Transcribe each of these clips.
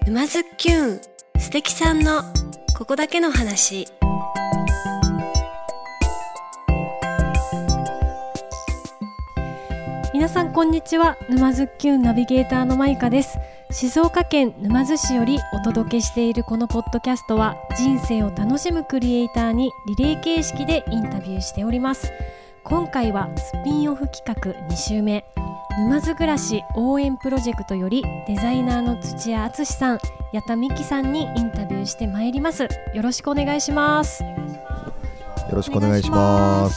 沼津きゅん素敵さんのここだけの話。皆さんこんにちは。沼津きゅんナビゲーターのまいかです。静岡県沼津市よりお届けしているこのポッドキャストは、人生を楽しむクリエイターにリレー形式でインタビューしております。今回はスピンオフ企画2週目、沼津暮らし応援プロジェクトよりデザイナーの土屋敦さん、矢田美希さんにインタビューしてまいります。よろしくお願いします。 よろしくお願いします。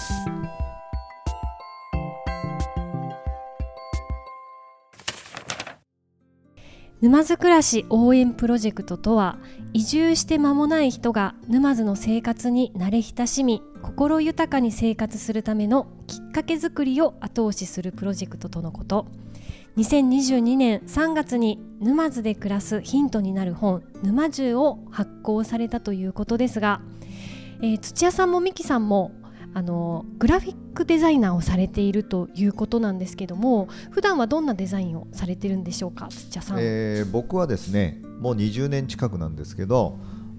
沼津暮らし応援プロジェクトとは、移住して間もない人が沼津の生活に慣れ親しみ、心豊かに生活するためのきっかけづくりを後押しするプロジェクトとのこと。2022年3月に沼津で暮らすヒントになる本、沼住を発行されたということですが、土屋さんも美希さんもグラフィックデザイナーをされているということなんですけども、普段はどんなデザインをされてるんでしょうか、土屋さん。 僕はですね、もう20年近くなんですけど、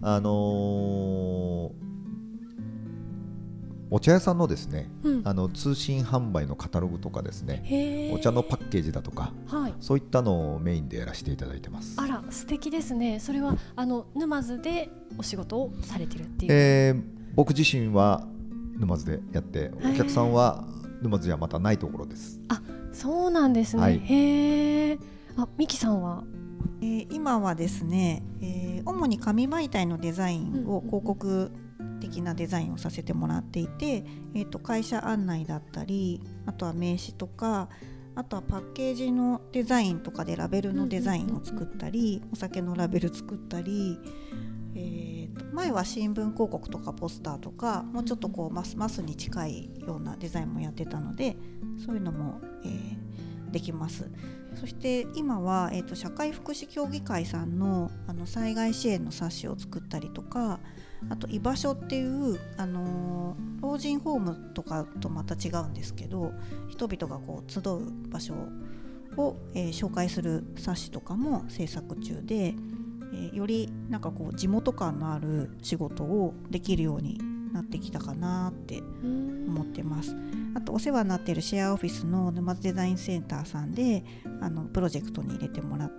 お茶屋さんのですね、通信販売のカタログとかですね、お茶のパッケージだとか、そういったのをメインでやらせていただいてます。 あら、素敵ですね。それは沼津でお仕事をされてるっていう、 僕自身は沼津でやって、お客さんは沼津じゃまたないところです。 あ、そうなんですね。へー。美希さんは今はですね、主に紙媒体のデザインを、広告的なデザインをさせてもらっていて、会社案内だったり、あとは名刺とか、あとはパッケージのデザインとかでラベルのデザインを作ったり、お酒のラベル作ったり、前は新聞広告とかポスターとか、もうちょっとこうマスに近いようなデザインもやってたので、そういうのも、できます。そして今は、社会福祉協議会さんの、災害支援の冊子を作ったりとか、あと居場所っていう、老人ホームとかとまた違うんですけど、人々がこう集う場所を、紹介する冊子とかも制作中で、よりなんかこう地元感のある仕事をできるようになってきたかなって思ってます。あとお世話になっているシェアオフィスの沼津デザインセンターさんでプロジェクトに入れてもらって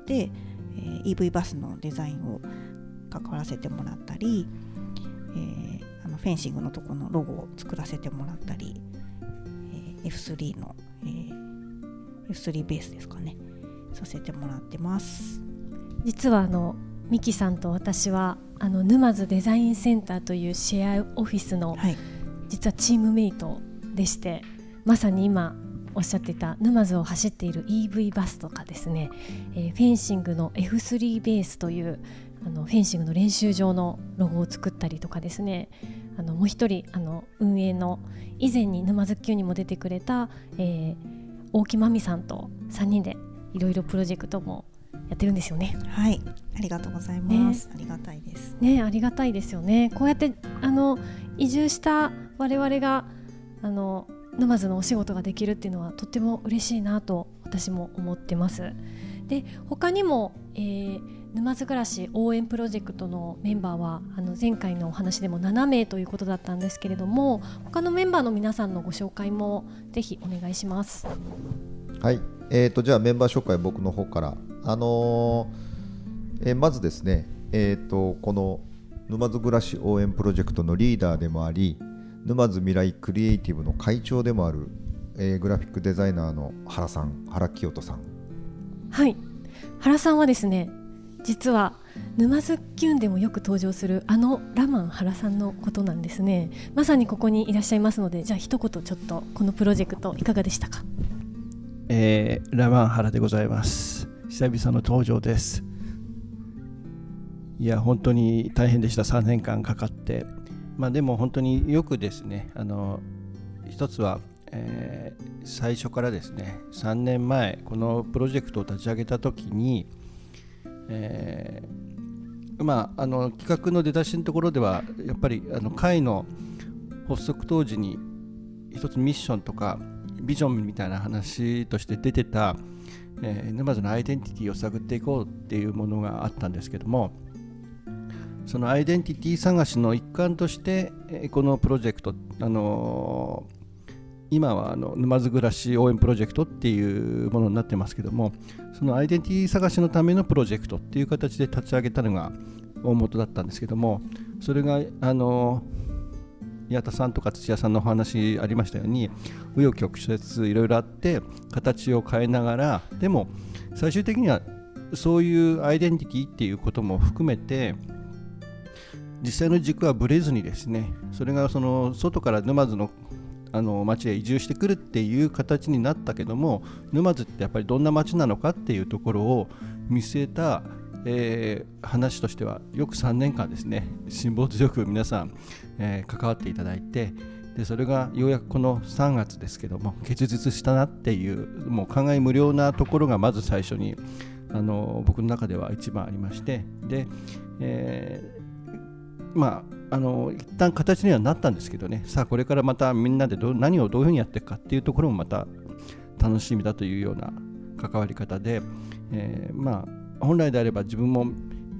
、EV バスのデザインを関わらせてもらったり、フェンシングのところのロゴを作らせてもらったり、F3 の、F3 ベースですかね、させてもらってます。 実は美希さんと私は沼津デザインセンターというシェアオフィスの、実はチームメイトでして、まさに今おっしゃってた沼津を走っている EV バスとかですね、フェンシングの F3 ベースというフェンシングの練習場のロゴを作ったりとかですね、もう一人運営の以前に沼津きゅんにも出てくれた、大木真美さんと3人でいろいろプロジェクトもやってるんですよね。 はい、ありがとうございます。ありがたいですね。ありがたいですよね。こうやって移住した我々が沼津のお仕事ができるっていうのはとっても嬉しいなと私も思ってます。で、他にも、沼津暮らし応援プロジェクトのメンバーは前回のお話でも7名ということだったんですけれども、他のメンバーの皆さんのご紹介もぜひお願いします。 はい、じゃあメンバー紹介僕の方から、まずですね、この沼津暮らし応援プロジェクトのリーダーでもあり、沼津未来クリエイティブの会長でもある、グラフィックデザイナーの原清人さん。はい、 原さんはですね、実は沼津きゅんでもよく登場するラマン原さんのことなんですね。まさにここにいらっしゃいますので、じゃあ一言ちょっとこのプロジェクトいかがでしたか。 ラマン原でございます。久々の登場です。いや本当に大変でした。3年間かかって、でも本当によくですね、一つは、最初からですね、3年前このプロジェクトを立ち上げた時に、企画の出だしのところではやっぱり会の発足当時に一つミッションとかビジョンみたいな話として出てた、 沼津のアイデンティティを探っていこうっていうものがあったんですけども、そのアイデンティティ探しの一環として、このプロジェクト、今は沼津暮らし応援プロジェクトっていうものになってますけども、そのアイデンティティ探しのためのプロジェクトっていう形で立ち上げたのが大元だったんですけども、それが宮田さんとか土屋さんのお話ありましたように、紆余曲折いろいろあって形を変えながら、でも最終的にはそういうアイデンティティっていうことも含めて実際の軸はぶれずにですね、それがその外から沼津の町へ移住してくるっていう形になったけども、沼津ってやっぱりどんな町なのかっていうところを見据えた、話としてはよく3年間ですね、辛抱強く皆さん、関わっていただいて、でそれがようやくこの3月ですけども結実したなっていう、もう考え無料なところがまず最初に僕の中では一番ありまして、で、一旦形にはなったんですけどね、さあこれからまたみんなで何をどういうふうにやっていくかっていうところもまた楽しみだというような関わり方で、本来であれば自分も、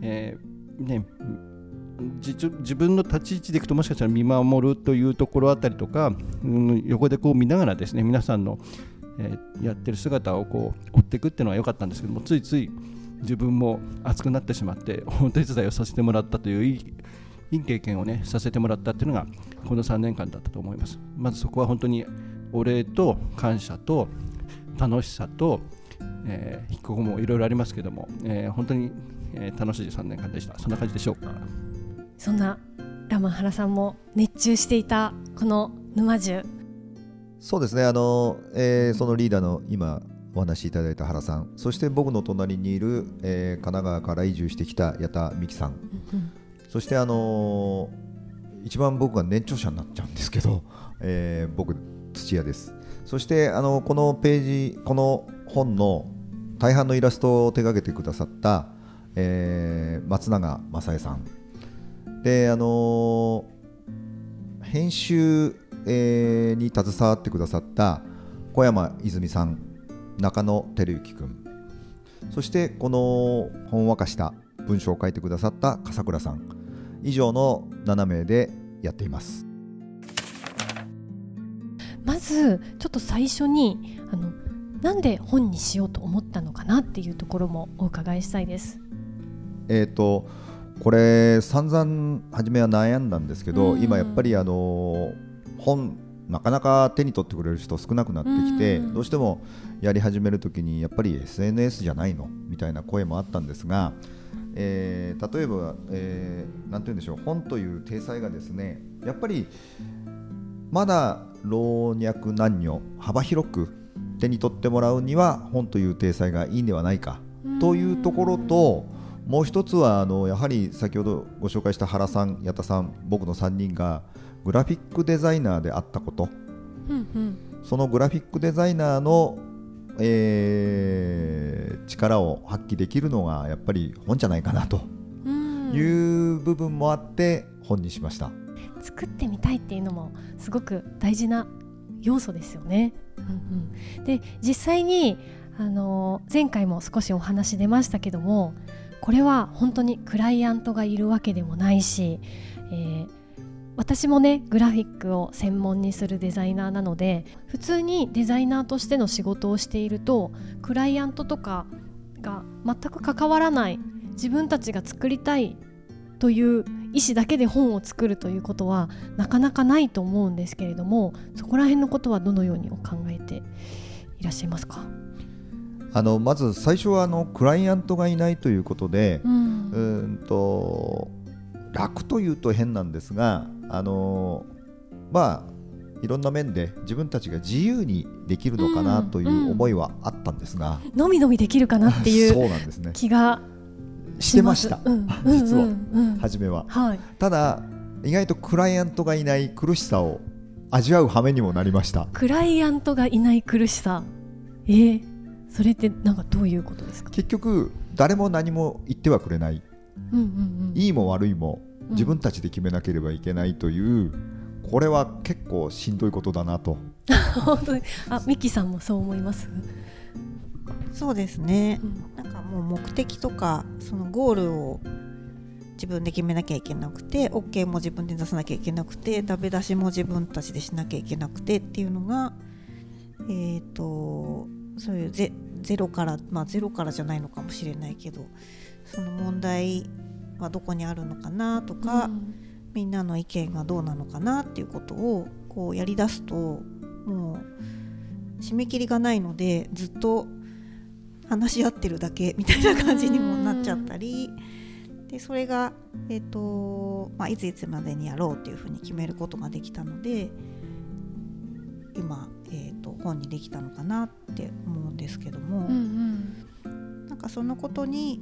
自分の立ち位置でいくともしかしたら見守るというところあたりとか、横でこう見ながらですね、皆さんの、やってる姿をこう追っていくっていうのは良かったんですけども、ついつい自分も熱くなってしまってお手伝いをさせてもらったといういい経験をねさせてもらったっていうのがこの3年間だったと思います。まずそこは本当にお礼と感謝と楽しさと、ここもいろいろありますけども、本当に、楽しい3年間でした。そんな感じでしょうか。 そんなラマン原さんも熱中していたこの沼津。 そうですね、そのリーダーの今お話しいただいた原さん、そして僕の隣にいる、神奈川から移住してきた矢田美希さん、そして一番僕が年長者になっちゃうんですけど、僕土屋です。そしてこのページ、この本の大半のイラストを手掛けてくださった、松永正恵さんで、編集、に携わってくださった小山泉さん、中野照之君、そしてこのほんわかした文章を書いてくださった笠倉さん、以上の7名でやっています。 まずちょっと最初になんで本にしようと思ったのかなっていうところもお伺いしたいです。 これ散々初めは悩んだんですけど、今やっぱり本なかなか手に取ってくれる人少なくなってきて、どうしてもやり始めるときにやっぱり SNS じゃないのみたいな声もあったんですが、例えば、なんて言うんでしょう、本という体裁がですね、やっぱりまだ老若男女幅広く手に取ってもらうには本という体裁がいいんではないかというところと、もう一つはやはり先ほどご紹介した原さん、矢田さん、僕の3人がグラフィックデザイナーであったこと、そのグラフィックデザイナーの、力を発揮できるのがやっぱり本じゃないかなという部分もあって本にしました。 作ってみたいっていうのもすごく大事な要素ですよね。で実際に前回も少しお話出ましたけども、これは本当にクライアントがいるわけでもないし、私もねグラフィックを専門にするデザイナーなので、普通にデザイナーとしての仕事をしているとクライアントとかが全く関わらない、自分たちが作りたいという意思だけで本を作るということはなかなかないと思うんですけれども、そこら辺のことはどのようにお考えていらっしゃいますか？ まず最初はクライアントがいないということで、楽というと変なんですが、いろんな面で自分たちが自由にできるのかなという思いはあったんですが、 のみのみできるかなっていう気がしてました、実は初めは、ただ意外とクライアントがいない苦しさを味わう羽目にもなりました。 クライアントがいない苦しさ、それってなんかどういうことですか？ 結局誰も何も言ってはくれない、いいも悪いも自分たちで決めなければいけないという、これは結構しんどいことだなと。 本当にミキさんもそう思います？ そうですね、なんかもう目的とかそのゴールを自分で決めなきゃいけなくて OK も自分で出さなきゃいけなくてダメ出しも自分たちでしなきゃいけなくてっていうのがそういうゼロからゼロからじゃないのかもしれないけどその問題はどこにあるのかなとか、みんなの意見がどうなのかなっていうことをこうやりだすともう締め切りがないのでずっと話し合ってるだけみたいな感じにもなっちゃったりでそれが、いついつまでにやろうっていうふうに決めることができたので今、本にできたのかなって思うんですけども、なんかそのことに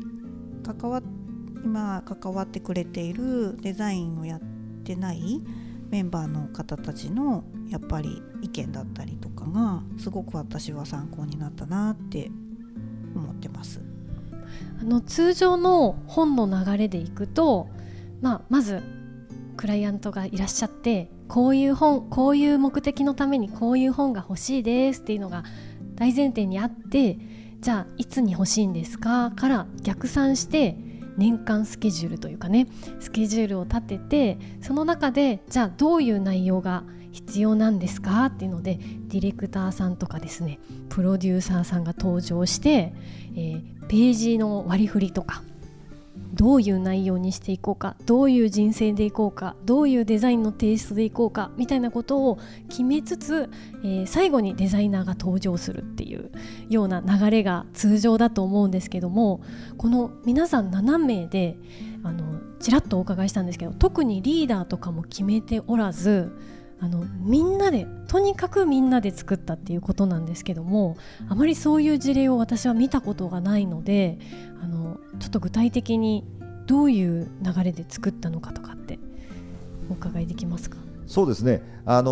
今関わってくれているデザインをやってないメンバーの方たちのやっぱり意見だったりとかがすごく私は参考になったなって思ってます。 通常の本の流れでいくと、まずクライアントがいらっしゃってこういう本こういう目的のためにこういう本が欲しいですっていうのが大前提にあってじゃあいつに欲しいんですかから逆算して年間スケジュールというかねスケジュールを立ててその中でじゃあどういう内容が必要なんですかっていうのでディレクターさんとかですねプロデューサーさんが登場して、ページの割り振りとかどういう内容にしていこうかどういう人生でいこうかどういうデザインのテイストでいこうかみたいなことを決めつつ、最後にデザイナーが登場するっていうような流れが通常だと思うんですけどもこの皆さん7名でちらっとお伺いしたんですけど特にリーダーとかも決めておらずみんなでとにかくみんなで作ったっていうことなんですけどもあまりそういう事例を私は見たことがないのでちょっと具体的にどういう流れで作ったのかとかってお伺いできますか？ そうですね、ま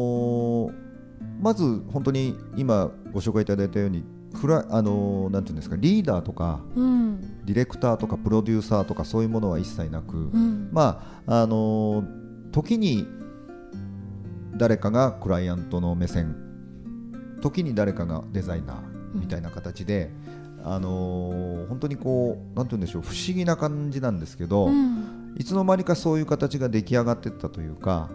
ず本当に今ご紹介いただいたようになんていうんですかリーダーとか、ディレクターとかプロデューサーとかそういうものは一切なく、時に誰かがクライアントの目線時に誰かがデザイナーみたいな形で、本当にこうなんて言うんでしょう不思議な感じなんですけど、いつの間にかそういう形が出来上がっていったというか、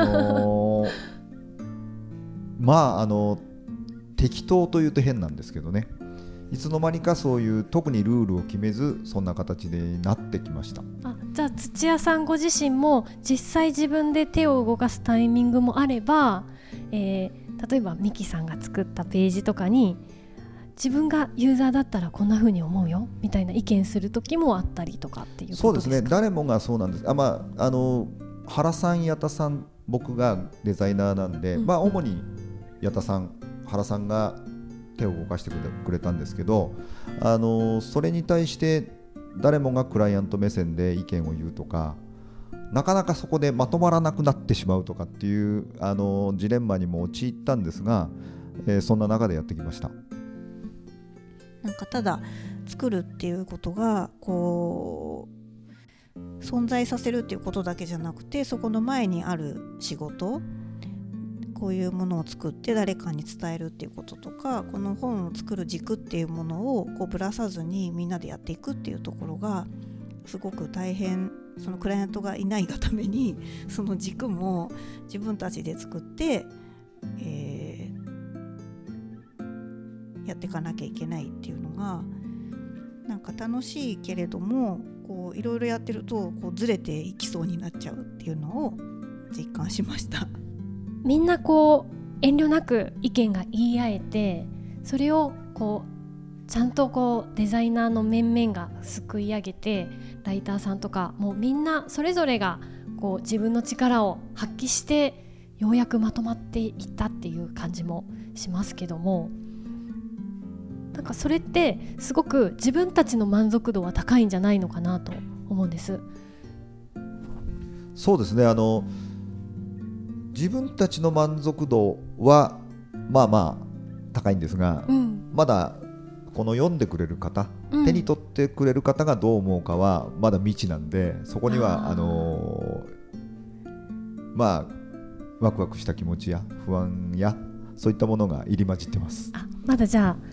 適当というと変なんですけどねいつの間にかそういう特にルールを決めずそんな形でなってきました。 じゃあ土屋さんご自身も実際自分で手を動かすタイミングもあれば、例えばミキさんが作ったページとかに自分がユーザーだったらこんな風に思うよみたいな意見する時もあったりとかっていうことですか？ そうですね誰もがそうなんです。原さん矢田さん僕がデザイナーなんで、主に矢田さん原さんが手を動かしてくれたんですけど、それに対して誰もがクライアント目線で意見を言うとかなかなかそこでまとまらなくなってしまうとかっていうジレンマにも陥ったんですが、そんな中でやってきました。 なんかただ作るっていうことがこう存在させるっていうことだけじゃなくてそこの前にある仕事こういうものを作って誰かに伝えるっていうこととかこの本を作る軸っていうものをこうぶらさずにみんなでやっていくっていうところがすごく大変そのクライアントがいないがためにその軸も自分たちで作って、やっていかなきゃいけないっていうのがなんか楽しいけれどもこういろいろやってるとこうずれていきそうになっちゃうっていうのを実感しました。 みんなこう遠慮なく意見が言い合えてそれをこうちゃんとこうデザイナーの面々がすくい上げてライターさんとかもうみんなそれぞれがこう自分の力を発揮してようやくまとまっていったっていう感じもしますけどもなんかそれってすごく自分たちの満足度は高いんじゃないのかなと思うんです。 そうですね自分たちの満足度は高いんですが、まだこの読んでくれる方、手に取ってくれる方がどう思うかはまだ未知なんでそこにはワクワクした気持ちや不安やそういったものが入り混じってます。 まだじゃあ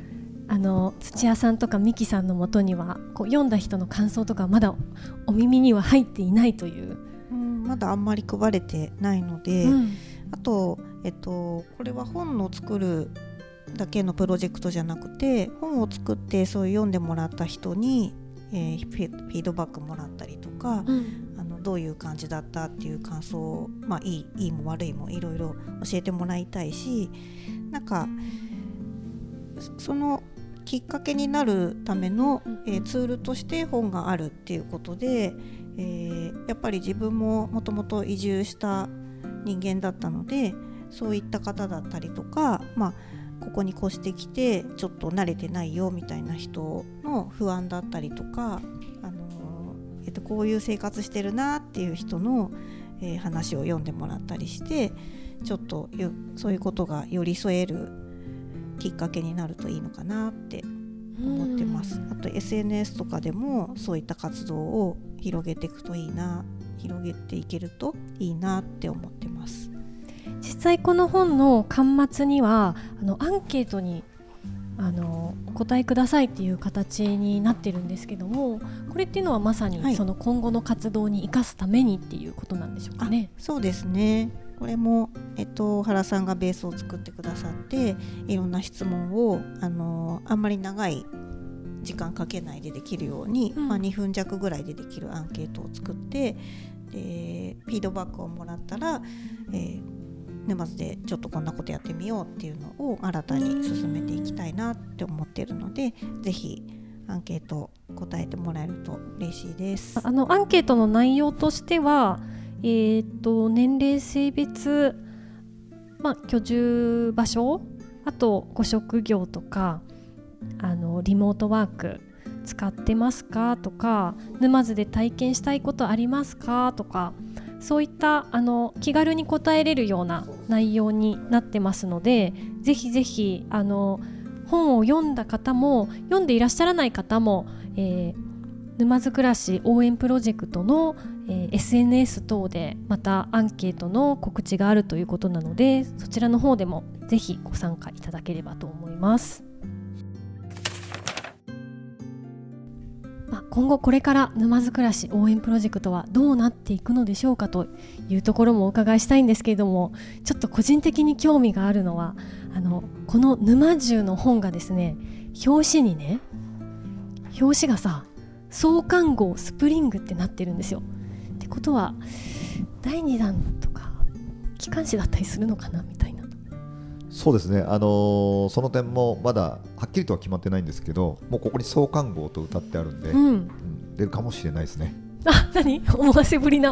土屋さんとかミキさんのもとにはこう読んだ人の感想とかまだお耳には入っていないという、 まだあんまり配れてないので、あと、これは本を作るだけのプロジェクトじゃなくて、本を作ってそういう読んでもらった人に、フィードバックもらったりとか、どういう感じだったっていう感想を、いいも悪いもいろいろ教えてもらいたいし、なんかそのきっかけになるための、ツールとして本があるっていうことで、やっぱり自分ももともと移住した人間だったので、そういった方だったりとか、ここに越してきてちょっと慣れてないよみたいな人の不安だったりとか、こういう生活してるなっていう人の、話を読んでもらったりして、ちょっとそういうことが寄り添えるきっかけになるといいのかなって思ってます。あと SNS とかでもそういった活動を広げていけるといいなって思ってます。 実際この本の巻末にはアンケートにお答えくださいっていう形になってるんですけども、これっていうのはまさにその今後の活動に生かすためにっていうことなんでしょうかね。 そうですね。これも、原さんがベースを作ってくださって、いろんな質問をあんまり長い時間かけないでできるように、2分弱ぐらいでできるアンケートを作って、でフィードバックをもらったら、沼津でちょっとこんなことやってみようっていうのを新たに進めていきたいなって思っているので、ぜひアンケート答えてもらえると嬉しいです。 アンケートの内容としては、年齢性別、居住場所、あとご職業とかリモートワーク使ってますかとか、沼津で体験したいことありますかとか、そういった気軽に答えれるような内容になってますので、ぜひぜひ本を読んだ方も読んでいらっしゃらない方も、沼津暮らし応援プロジェクトの、SNS 等でまたアンケートの告知があるということなので、そちらの方でもぜひご参加いただければと思います。今後これから沼津暮らし応援プロジェクトはどうなっていくのでしょうかというところもお伺いしたいんですけれども、ちょっと個人的に興味があるのはこの沼10の本がですね、表紙がさ、創刊号スプリングってなってるんですよ。ってことは第2弾とか機関誌だったりするのかなみたいな。 そうですね、その点もまだはっきりとは決まってないんですけど、もうここに創刊号と歌ってあるんで、出るかもしれないですね。 何思わせぶりな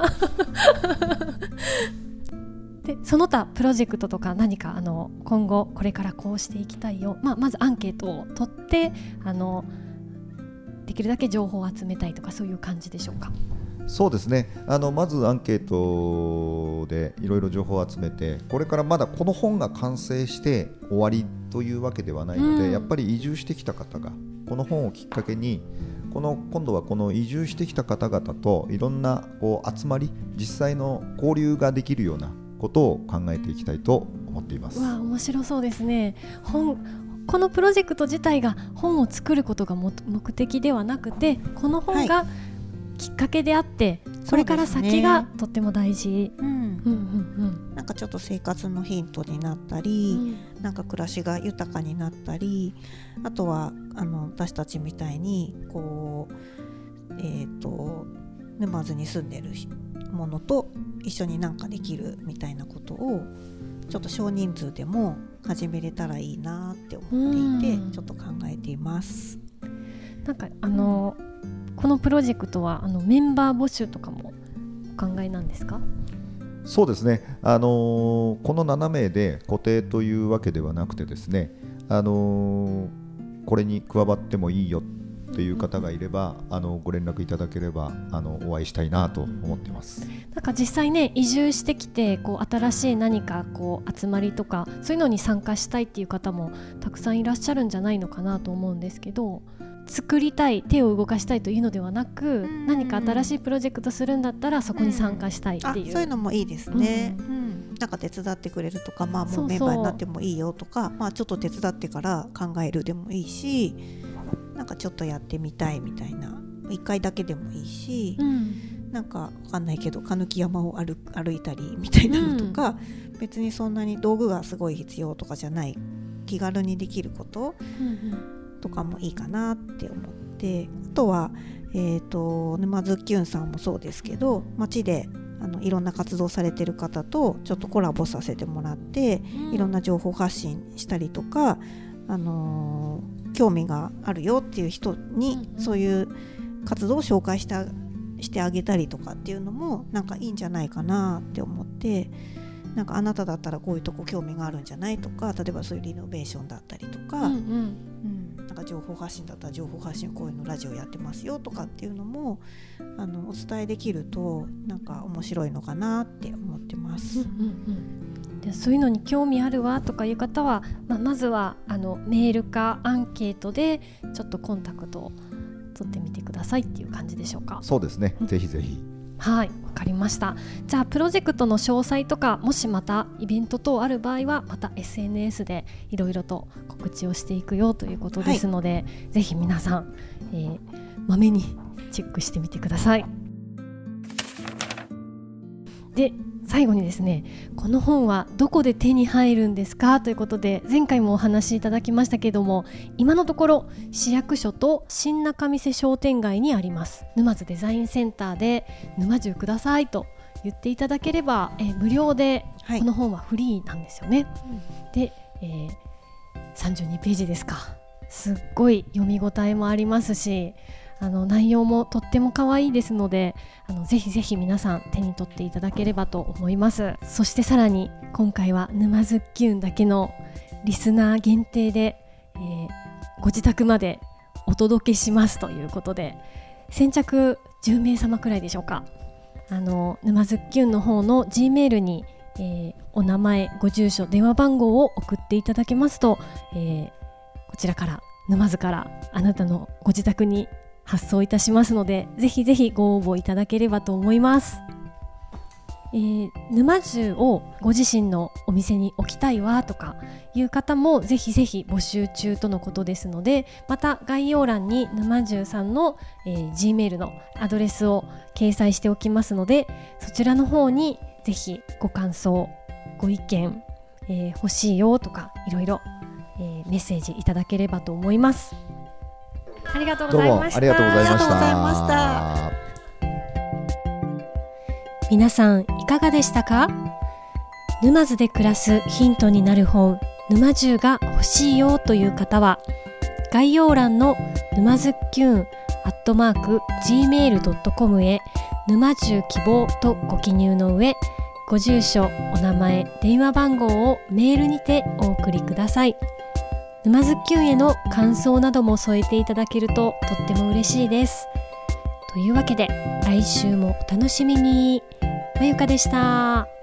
でその他プロジェクトとか何か今後これからこうしていきたいよ、まずアンケートを取ってできるだけ情報を集めたいとか、そういう感じでしょうか。 そうですね、まずアンケートでいろいろ情報を集めて、これからまだこの本が完成して終わりというわけではないので、やっぱり移住してきた方がこの本をきっかけに今度はこの移住してきた方々といろんな集まり、実際の交流ができるようなことを考えていきたいと思っています。 面白そうですね。このプロジェクト自体が本を作ることが目的ではなくて、この本がきっかけであって、これから先がとっても大事。 なんかちょっと生活のヒントになったり、なんか暮らしが豊かになったり、あとは私たちみたいに沼津に住んでるものと一緒になんかできるみたいなことをちょっと少人数でも始めれたらいいなって思っていて、ちょっと考えています。 なんかこのプロジェクトはメンバー募集とかもお考えなんですか？ そうですね、この7名で固定というわけではなくてですね、これに加わってもいいよっていう方がいればご連絡いただければお会いしたいなと思っています。 なんか実際ね、移住してきて新しい何か集まりとかそういうのに参加したいっていう方もたくさんいらっしゃるんじゃないのかなと思うんですけど、作りたい、手を動かしたいというのではなく、何か新しいプロジェクトするんだったらそこに参加したいっていう、 そういうのもいいですね。 なんか手伝ってくれるとか、もそうそううメンバーになってもいいよとか、ちょっと手伝ってから考えるでもいいし、なんかちょっとやってみたいみたいな、1回だけでもいいし、なんか分かんないけど鹿貫山を歩いたりみたいなのとか、別にそんなに道具がすごい必要とかじゃない気軽にできることとかもいいかなって思って、あとは、沼津きゅんさんもそうですけど、街でいろんな活動されてる方とちょっとコラボさせてもらって、いろんな情報発信したりとか、興味があるよっていう人にそういう活動を紹介してあげたりとかっていうのもなんかいいんじゃないかなって思って、なんかあなただったらこういうとこ興味があるんじゃないとか、例えばそういうリノベーションだったりとか、なんか情報発信だったら情報発信こういうのラジオやってますよとかっていうのもお伝えできるとなんか面白いのかなって思ってます。 でそういうのに興味あるわとかいう方は、まずはメールかアンケートでちょっとコンタクトを取ってみてくださいっていう感じでしょうか。 そうですね、ぜひぜひ。 はい、わかりました。じゃあプロジェクトの詳細とか、もしまたイベント等ある場合はまた SNS でいろいろと告知をしていくよということですので、ぜひ皆さん、まめにチェックしてみてください。で最後にですね、この本はどこで手に入るんですかということで、前回もお話しいただきましたけども、今のところ市役所と新仲見世商店街にあります沼津デザインセンターで沼中くださいと言っていただければ、無料で、この本はフリーなんですよね。で、32ページですか。すっごい読み応えもありますし、内容もとっても可愛いですので、ぜひぜひ皆さん手に取っていただければと思います。そしてさらに今回は沼津きゅんだけのリスナー限定で、ご自宅までお届けしますということで、先着10名様くらいでしょうか。沼津きゅんの方の G メールに、お名前、ご住所、電話番号を送っていただけますと、こちらから沼津からあなたのご自宅に発送いたしますので、ぜひぜひご応募いただければと思います。沼中をご自身のお店に置きたいわとかいう方もぜひぜひ募集中とのことですので、また概要欄に沼中さんの、G メールのアドレスを掲載しておきますので、そちらの方にぜひご感想、ご意見、欲しいよとかいろいろ、メッセージいただければと思います。ありがとうございました。 どうもありがとうございました。 ありがとうございました。 皆さんいかがでしたか？沼津で暮らすヒントになる本、沼中が欲しいよという方は、概要欄の沼津きゅん@gmail.com へ沼中希望とご記入の上、ご住所、お名前、電話番号をメールにてお送りください。沼津きゅんへの感想なども添えていただけるととっても嬉しいです。というわけで来週もお楽しみに。まゆかでした。